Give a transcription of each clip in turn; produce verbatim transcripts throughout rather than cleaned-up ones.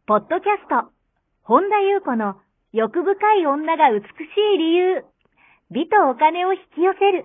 ポッドキャスト、本田裕子の欲深い女が美しい理由、美とお金を引き寄せる。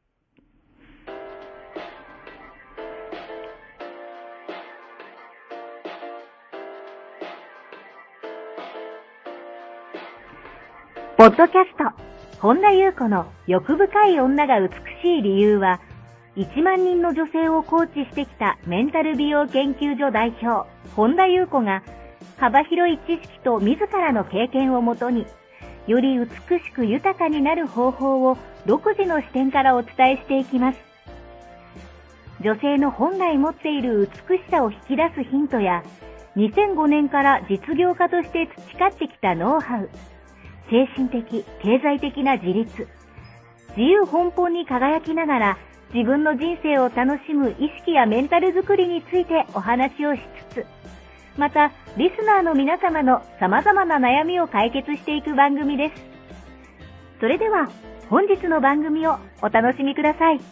ポッドキャスト、本田裕子の欲深い女が美しい理由は、いちまんにんの女性をコーチしてきたメンタル美容研究所代表、本田裕子が、幅広い知識と自らの経験をもとに、より美しく豊かになる方法を独自の視点からお伝えしていきます。女性の本来持っている美しさを引き出すヒントや、にせんごねんから実業家として培ってきたノウハウ、精神的、経済的な自立、自由奔放に輝きながら自分の人生を楽しむ意識やメンタルづくりについてお話をしつつ、またリスナーの皆様の様々な悩みを解決していく番組です。それでは本日の番組をお楽しみください。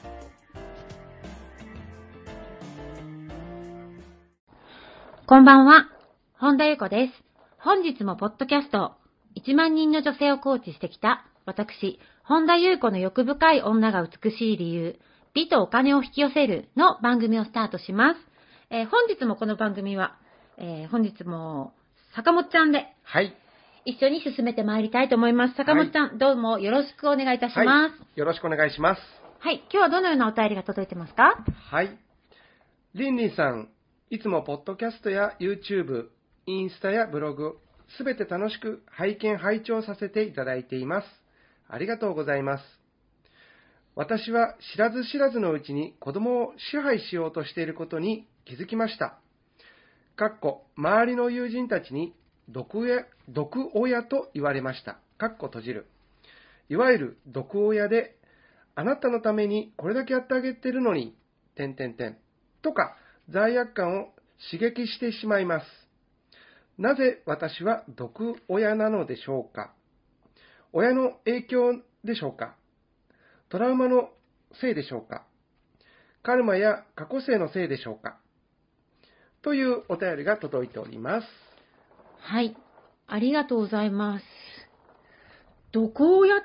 こんばんは、本田裕子です。本日もポッドキャストいちまんにんの女性をコーチしてきた私、本田裕子の欲深い女が美しい理由、美とお金を引き寄せるの番組をスタートします。えー、本日もこの番組は、えー、本日も坂本ちゃんで、 はい、 一緒に進めてまいりたいと思います。坂本ちゃん、はい、どうもよろしくお願いいたします、はい。 よろしくお願いします。 はい、今日はどのようなお便りが届いてますか？ はい。りんりんさん、いつもポッドキャストや YouTube、インスタやブログ、すべて楽しく拝見拝聴させていただいています。ありがとうございます。私は知らず知らずのうちに子供を支配しようとしていることに気づきました。かっこ周りの友人たちに毒親、毒親と言われました。かっこ閉じる。いわゆる毒親で、あなたのためにこれだけやってあげてるのに、てんてんてんとか罪悪感を刺激してしまいます。なぜ私は毒親なのでしょうか？親の影響でしょうか？トラウマのせいでしょうか？カルマや過去世のせいでしょうか？というお便りが届いております。 はい、ありがとうございます。毒親って、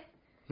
うん、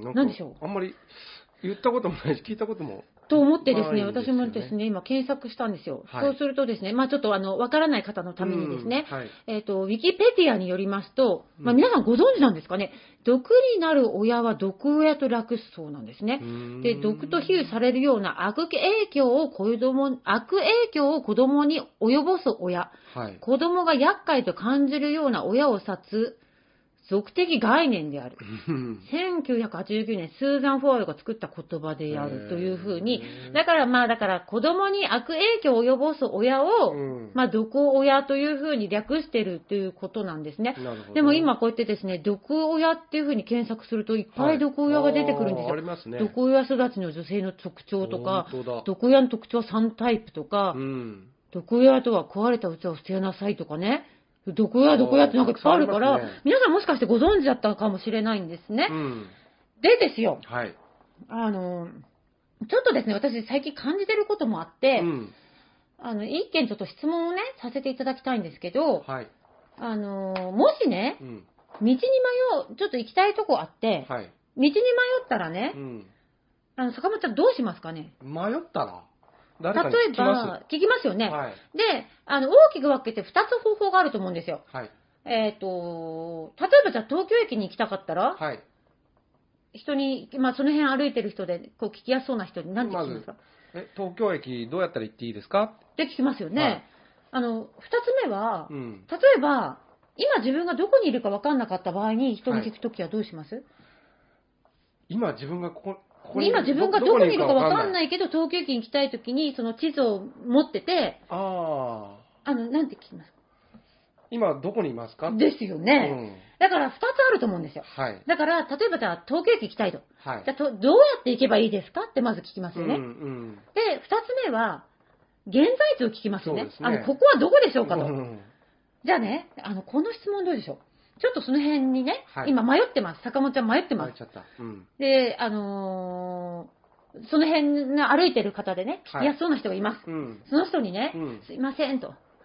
なんか何でしょう？ あんまり言ったこともないし、聞いたこともと思ってですね、 ですよね、 私もですね、今検索したんですよ。 はい、 そうするとですね、まあちょっとあの、わからない方のためにですね、 はい、 えっと、ウィキペディアによりますと、まあ皆さんご存知なんですかね、毒になる親は毒親と略すそうなんですね。で、毒と比喩されるような悪影響を子供、悪影響を子供に及ぼす親、 はい、 子供が厄介と感じるような親を指す、俗的概念である。せんきゅうひゃくはちじゅうきゅうねん、スーザン・フォワードが作った言葉であるというふうに、だからまあ、だから子供に悪影響を及ぼす親を、うん、まあ、毒親というふうに略してるということなんですね。でも今こうやってですね、毒親っていうふうに検索するといっぱい毒親が出てくるんですよ。はい、ありますね。毒親育ちの女性の特徴とか、毒親の特徴さんタイプとか、うん、毒親とは壊れた器を捨てなさいとかね。毒親毒親ってなんかいっぱいあるから、ね、皆さんもしかしてご存知だったかもしれないんですね。うん、でですよ、 はい、 あの、ちょっとですね、私最近感じてることもあって、うん、あの、一件ちょっと質問をね、させていただきたいんですけど、はい、あの、もしね、うん、道に迷う、ちょっと行きたいとこあって、はい、道に迷ったらね、うん、あの、坂本ちゃんどうしますかね？ 迷ったら例えば、聞きますよね。はい、で、あの、大きく分けてふたつ方法があると思うんですよ。はい、えっと、例えばじゃあ東京駅に行きたかったら、はい、人に、まあその辺歩いてる人で、こう聞きやすそうな人に何て聞きますか？ まず、え、東京駅どうやったら行っていいですか？ って聞きますよね。はい、あの、ふたつめは、うん、例えば、今自分がどこにいるか分かんなかった場合に人に聞くときはどうします？はい、 今自分がここ、 今自分がどこにいるか分かんないけど、東京駅に行きたいときに、その地図を持ってて、ああの、なんて聞きますか？ 今どこにいますか？ ですよね。うん、だからふたつあると思うんですよ。はい、だから、例えばじゃあ東京駅行きたいと。はい、じゃあとどうやって行けばいいですかってまず聞きますよね。うんうん、で、ふたつめは、現在地を聞きますよね。ね、あの、ここはどこでしょうかと。うん、じゃあね、あの、この質問どうでしょう？ちょっとその辺にね、はい、今迷ってます。坂本ちゃん迷ってます。 迷っちゃった。うん、 で、あのー、その辺歩いてる方でね、聞きやすそうな人がいます。はい、その人にね、うん、すいませんと。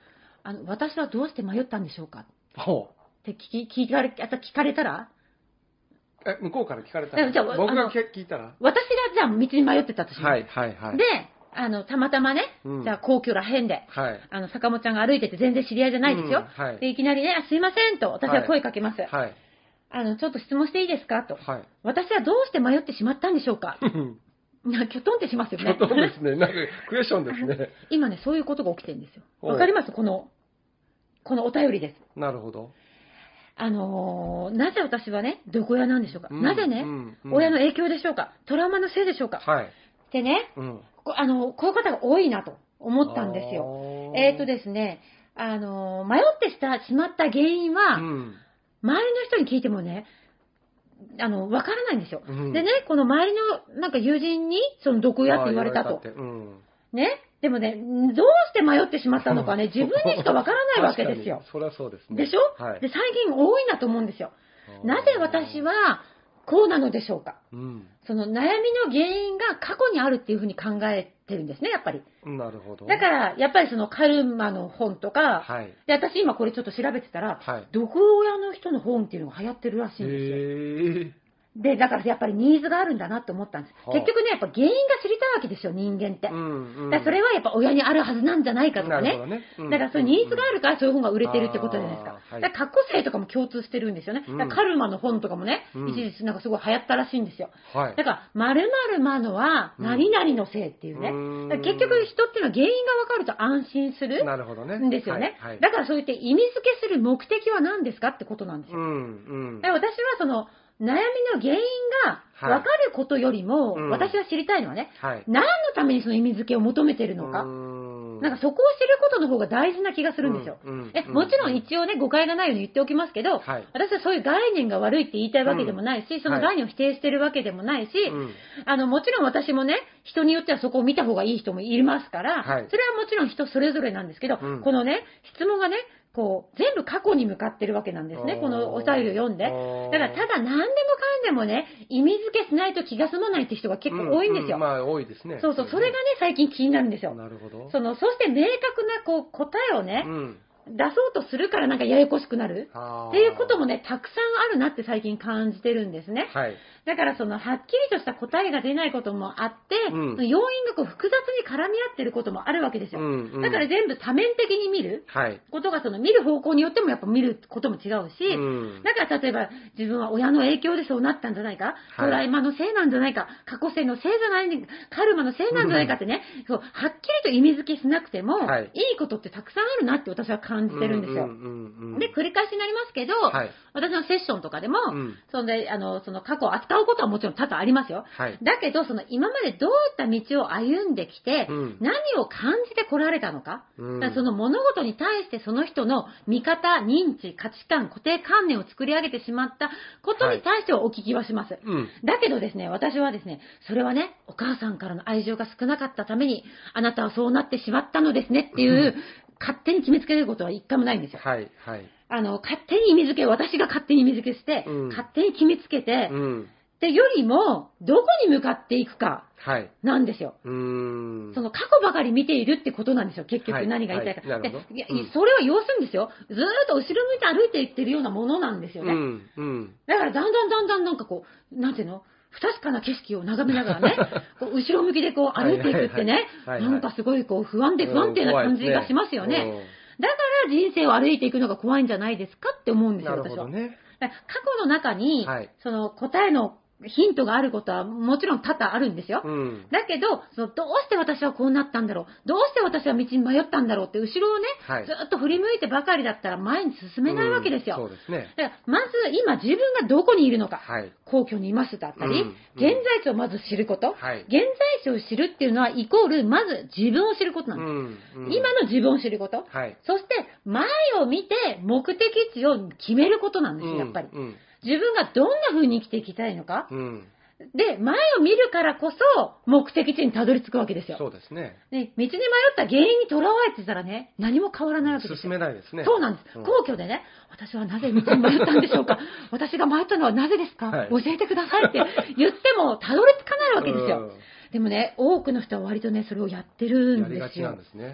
あの、私はどうして迷ったんでしょうかほって聞き、聞かれ、あと聞かれたらう。え、向こうから聞かれたらじゃあ僕があの聞いたら私がじゃあ道に迷ってたとします。 はいはいはい。 で、あの、たまたまね、 うんじゃあ皇居らへんで、 はい。 あの、坂本ちゃんが歩いてて全然知り合いじゃないですよ。 うんはいで、いきなりね、あすいませんと私は声かけます。 はい。 あの、ちょっと質問していいですかと。 はい。 私はどうして迷ってしまったんでしょうかなきょとんってしますよね。 そうですね。なんかクエスチョンですね。 今ね、そういうことが起きてるんですよ。 おうわかりますこの、このお便りです。 なるほど。 あのーなぜ私はね、毒親なんでしょうか、 うんなぜね、 うんうん親の影響でしょうか、トラウマのせいでしょうか、 はい。 でね、 うん。 こあのこういう方が多いなと思ったんですよ。 あーえっ、とですね、あのー迷ってしたしまった原因は、 うん。 周りの人に聞いてもね、あの、わからないんですよ。 うんでね、この周りのなんか友人に、その毒親って言われたと。 あー言われたってうん。 ね。でもね、どうして迷ってしまったのかね、自分にしかわからないわけですよ。 確かにそりゃそうですね。 でしょ、 はい。 で、最近多いなと思うんですよ。なぜ私はこうなのでしょうか。 うん。 その悩みの原因が過去にあるっていうふうに考えてるんですね、やっぱり。 なるほど。 だから、やっぱりそのカルマの本とか、 はい。 で、私今これちょっと調べてたら、 はい。 毒親の人の本っていうのが流行ってるらしいんですよ。 へえ。 で、だからやっぱりニーズがあるんだなって思ったんです。 はあ結局ね、やっぱ原因が知りたいわけですよ、人間って。 うんうん。 だからそれはやっぱ親にあるはずなんじゃないかとかね。 なるほどね。うんだからそういうニーズがあるからそういう本が売れてるってことじゃないですか。 あーはいだから過去性とかも共通してるんですよね。 うんだからカルマの本とかもね、 うん一時なんかすごい流行ったらしいんですよ。 はいだ。から、〇〇まのは何々のせいっていうね。 うんだから結局人っていうのは原因が分かると安心するなるほどね。 んですよね。 はいはいだからそう言って意味付けする目的は何ですかってことなんですよ。 うんうん。 だから私はその悩みの原因が分かることよりも、 はいうん私が知りたいのはね、 はい。 何のためにその意味付けを求めてるのか。 うなんかそこを知ることの方が大事な気がするんですよ。 うんうんえもちろん一応ね、誤解がないように言っておきますけど、 はい私はそういう概念が悪いって言いたいわけでもないし、その概念を否定してるわけでもないし、 うんあの、もちろん私もね、人によってはそこを見た方がいい人もいますから、 はいそれはもちろん人それぞれなんですけど、 うんこのね、質問がね、こう、全部過去に向かってるわけなんですね、このお便りを読んで。だから、ただ何でもかんでもね、意味付けしないと気が済まないって人が結構多いんですよ。 ううまあ多いですね。 そうそう、それがね、最近気になるんですよ。 なるほど。 その、そして明確なこう答えをね、 うん。 出そうとするからなんかややこしくなるあーっていうこともね、たくさんあるなって最近感じてるんですね。 はい。 だからその、はっきりとした答えが出ないこともあって、 うん要因がこう複雑に絡み合ってることもあるわけですよ。 うんうんだから全部多面的に見るはい。 ことが、その見る方向によってもやっぱ見ることも違うし、 うんだから例えば自分は親の影響でそうなったんじゃないか、 はいトラウマのせいなんじゃないか、過去性のせいじゃない、カルマのせいなんじゃないかってね、そうはっきりと意味付けしなくても、 はいいいことってたくさんあるなって私は感じてるんですよ。 うんうんうんうんで、繰り返しになりますけど、 はい私のセッションとかでも、 うんそんで、あの、その過去を扱うことはもちろん多々ありますよ。 はい。 だけど、その今までどういった道を歩んできて、 うん何を感じてこられたのか、 うんだからその物事に対してその人の見方、認知、価値観、固定観念を作り上げてしまったことに対してはお聞きはします。 うん。 だけどですね、私はですね、それはね、お母さんからの愛情が少なかったために、あなたはそうなってしまったのですねっていう、勝手に決めつけることは一回もないんですよ。 はい。はい。 あの、勝手に意味付け、私が勝手に意味付けして、 うん勝手に決めつけて、 うん。 ってよりも、どこに向かっていくか、 はい。 なんですよ。 うーん。 その過去ばかり見ているってことなんですよ、結はい局何が言いたいか。 はいなるほどでいやうんそれは要するんですよ。ずーっと後ろ向いて歩いていってるようなものなんですよね。 うん。うん。 だからだんだんだんだんなんかこう、なんていうの不確かな景色を眺めながらね、こう後ろ向きでこう歩いていくってね、 はいはいはいはいはいなんかすごいこう不安で不安定な感じがしますよね。 うん怖いですだから人生を歩いていくのが怖いんじゃないですかって思うんですよ、 なる私は。 ほどね。 だから過去の中に、 はいその答えのヒントがあることはもちろん多々あるんですよ。 うん。 だけどその、どうして私はこうなったんだろう、どうして私は道に迷ったんだろうって後ろをね、 はいずっと振り向いてばかりだったら前に進めないわけですよ。 うんそうですね。 だからまず今自分がどこにいるのか、 はい。 皇居にいますだったり、 うん現在地をまず知ること、 はい現在地を知るっていうのはイコールまず自分を知ることなんうです。 ん。うん今の自分を知ること、 はい。 そして前を見て目的地を決めることなんですよ、やっぱり。 うん。 自分がどんな風に生きていきたいのか。 うん。 で、前を見るからこそ目的地にたどり着くわけですよ。 そうですね。 で、道に迷った原因にとらわれてたらね、何も変わらないわけですよ。 進めないですね。 そうなんです。 うん皇居でね、私はなぜ道に迷ったんでしょうか私が迷ったのはなぜですか、 はい教えてくださいって言ってもたどり着かないわけですよ。 うんでもね、多くの人は割とね、それをやってるんですよ。 やりがちなんですね。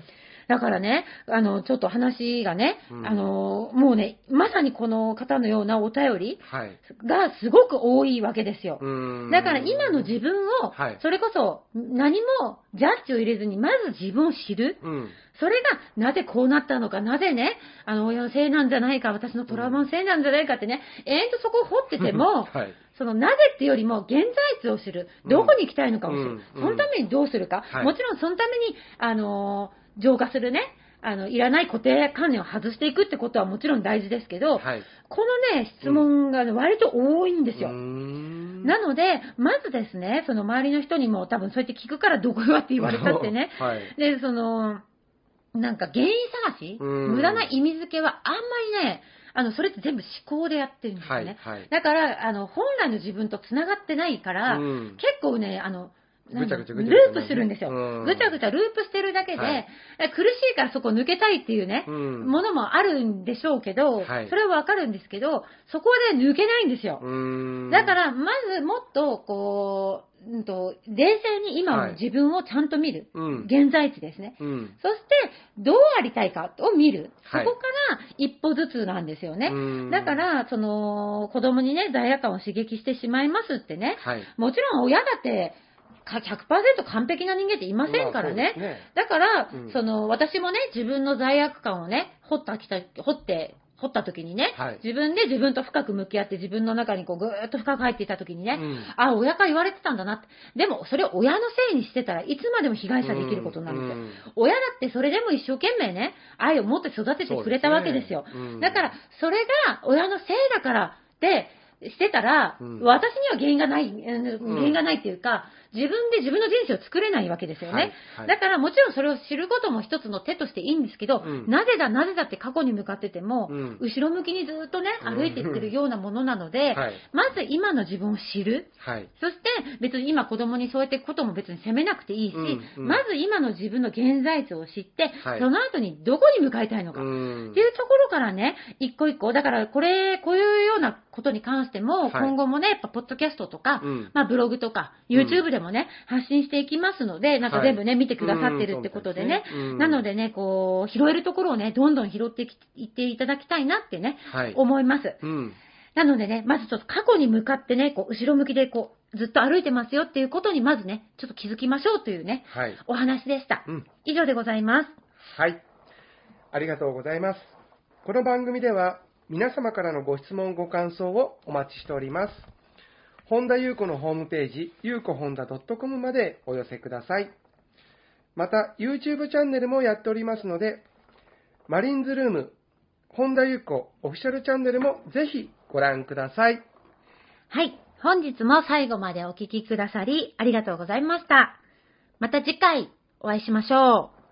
だからね、あの、ちょっと話がね、 うんあの、もうね、まさにこの方のようなお便りはい。 がすごく多いわけですよ。 うーんだから今の自分をはい、 それこそ何もジャッジを入れずに、まず自分を知る。 うん。 それがなぜこうなったのか、なぜね、あの親のせいなんじゃないか、私のトラウマのせいなんじゃないかってね、永遠とそこを掘ってても、 はい。 そのなぜっていうよりも現在地を知る。どこに行きたいのかを知る。 うんそのためにどうするか。 はいもちろんそのために、あのー、浄化するね、あの、いらない固定観念を外していくってことはもちろん大事ですけど、 はい。 このね、質問が、ね割と多いんですよ。 うーんなので、まずですね、その周りの人にも多分そうやって聞くからどこよって言われたってね。 はい。 で、その、なんか原因探し、 うん無駄な意味付けはあんまりね、あの、それって全部思考でやってるんですよね。 はいはいだから、あの、本来の自分と繋がってないから、 うん結構ね、あの、なんだぐちゃぐちゃぐちゃぐちゃループするんですよ。 うんぐちゃぐちゃループしてるだけで、 はい苦しいからそこ抜けたいっていうね、 うんものもあるんでしょうけど、 はいそれはわかるんですけど、そこで抜けないんですよ。 うーんだから、まずもっと、こう、うんと、冷静に今の自分をちゃんと見る。 うん現在地ですね。 うん。 そして、どうありたいかを見る。そはいこから一歩ずつなんですよね。 うんだから、その、子供にね、罪悪感を刺激してしまいますってね。 はい。 もちろん親だって、かひゃくパーセント完璧な人間っていませんからね。 まあそうですねだから、 うんその、私もね、自分の罪悪感をね、掘ったきた、掘って、掘った時にね、 はい自分で自分と深く向き合って自分の中にこうぐーっと深く入っていた時にね、 うんあ、親から言われてたんだなって。でも、それを親のせいにしてたらいつまでも被害者できることになるんですよ。 うん親だってそれでも一生懸命ね、愛を持って育ててくれたわけですよ。 そうですねうんだから、それが親のせいだからって、してたら、 うん私には原因がない、うん原因がないっていうか、自分で自分の人生を作れないわけですよね。 はいはいだからもちろんそれを知ることも一つの手としていいんですけど、 うんなぜだなぜだって過去に向かってても、 うん後ろ向きにずっとね、歩いていってるようなものなので、 はいまず今の自分を知る。 はい。 そして別に今子供にそうやっていくことも別に責めなくていいし、 うんうんまず今の自分の現在地を知って、 はいその後にどこに向かいたいのか。 うんっていうところからね、一個一個、だからこれ、こういうようなことに関しても、 はい今後もね、やっぱポッドキャストとか、 うんまあブログとか、 うん YouTube でもね、発信していきますので、なんか全部ね、見てくださってるってことでね、 うんそうですねうんなのでね、こう、拾えるところをね、どんどん拾っていっていただきたいなってね、 はい。 思います。 うん。 なのでね、まずちょっと過去に向かってね、こう、後ろ向きでこう、ずっと歩いてますよっていうことにまずね、ちょっと気づきましょうというね、 はい。 お話でした。 うん。 以上でございます。 はい。ありがとうございます。この番組では皆様からのご質問ご感想をお待ちしております。本田裕子のホームページ、ゆうこほんだ .com までお寄せください。また、YouTube チャンネルもやっておりますので、マリンズルーム、本田裕子オフィシャルチャンネルもぜひご覧ください。 はい。本日も最後までお聞きくださりありがとうございました。また次回お会いしましょう。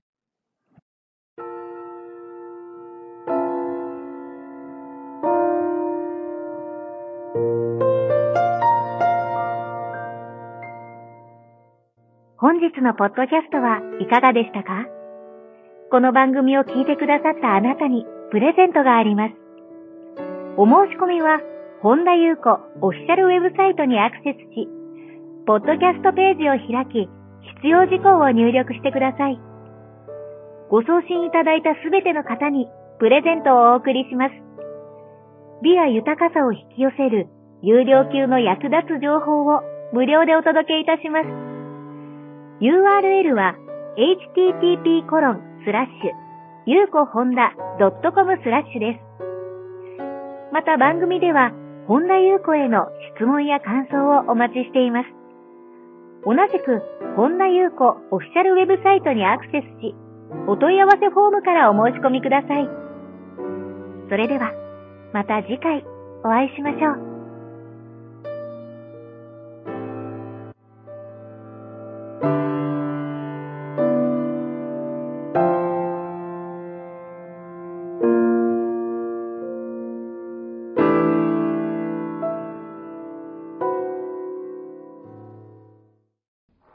本日のポッドキャストはいかがでしたか？この番組を聞いてくださったあなたにプレゼントがあります。お申し込みは、本田裕子オフィシャルウェブサイトにアクセスし、ポッドキャストページを開き、必要事項を入力してください。ご送信いただいたすべての方にプレゼントをお送りします。美や豊かさを引き寄せる有料級の役立つ情報を無料でお届けいたします。ユーアールエル は エイチティーティーピーコロンスラッシュゆうこほんだドットコム スラッシュです。また番組では本田裕子への質問や感想をお待ちしています。同じく本田裕子オフィシャルウェブサイトにアクセスし、お問い合わせフォームからお申し込みください。それではまた次回お会いしましょう。